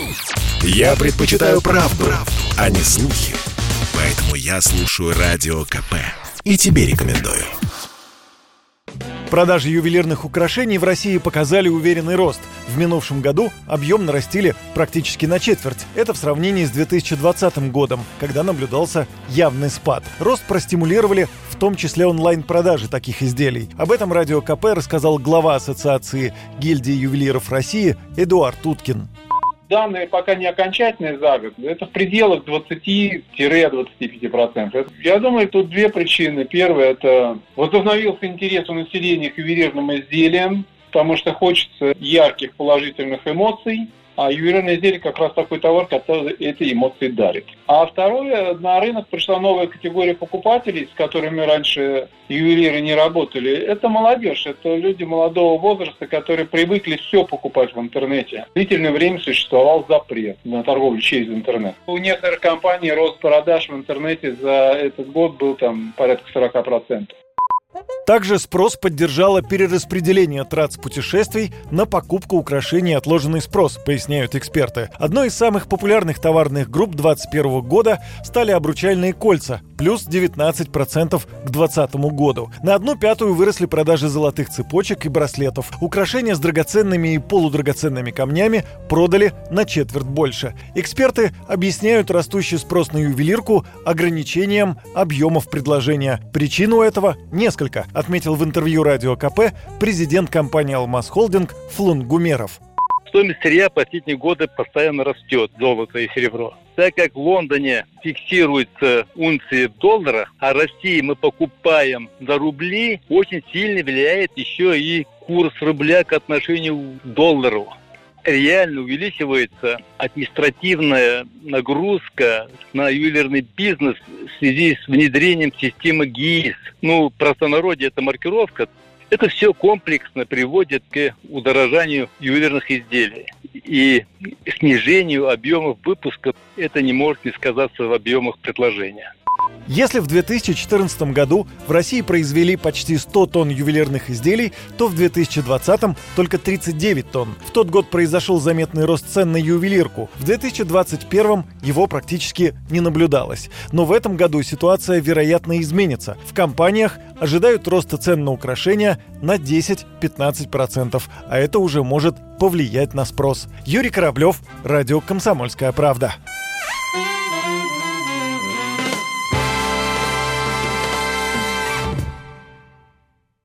Я предпочитаю правду, а не слухи. Поэтому я слушаю Радио КП. И тебе рекомендую. Продажи ювелирных украшений в России показали уверенный рост. В минувшем году объем нарастили практически на четверть. Это в сравнении с 2020 годом, когда наблюдался явный спад. Рост простимулировали в том числе онлайн-продажи таких изделий. Об этом Радио КП рассказал глава Ассоциации гильдии ювелиров России Эдуард Уткин. Данные пока не окончательные за год. Это в пределах 20-25%. Я думаю, тут две причины. Первая – это возобновился интерес у населения к ювелирным изделиям, потому что хочется ярких положительных эмоций. А ювелирное изделие как раз такой товар, который эти эмоции дарит. А второе, на рынок пришла новая категория покупателей, с которыми раньше ювелиры не работали. Это молодежь, это люди молодого возраста, которые привыкли все покупать в интернете. Длительное время существовал запрет на торговлю через интернет. У некоторых компаний рост продаж в интернете за этот год был порядка 40%. Также спрос поддержало перераспределение трат с путешествий на покупку украшений «Отложенный спрос», поясняют эксперты. Одной из самых популярных товарных групп 2021 года стали обручальные кольца, плюс 19% к 2020 году. На 1/5 выросли продажи золотых цепочек и браслетов. Украшения с драгоценными и полудрагоценными камнями продали на четверть больше. Эксперты объясняют растущий спрос на ювелирку ограничением объемов предложения. Причин у этого несколько, отметил в интервью Радио КП президент компании «Алмаз Холдинг» Флун Гумеров. Стоимость сырья последние годы постоянно растет, золото и серебро. Так как в Лондоне фиксируется унции в долларах, а в России мы покупаем за рубли, очень сильно влияет еще и курс рубля к отношению к доллару. Реально увеличивается административная нагрузка на ювелирный бизнес в связи с внедрением системы ГИИС. В простонародье это маркировка. Это все комплексно приводит к удорожанию ювелирных изделий и снижению объемов выпуска. Это не может не сказаться в объемах предложения. Если в 2014 году в России произвели почти 100 тонн ювелирных изделий, то в 2020 только 39 тонн. В тот год произошел заметный рост цен на ювелирку. В 2021 его практически не наблюдалось. Но в этом году ситуация, вероятно, изменится. В компаниях ожидают роста цен на украшения на 10-15%, а это уже может повлиять на спрос. Юрий Кораблев, радио «Комсомольская правда».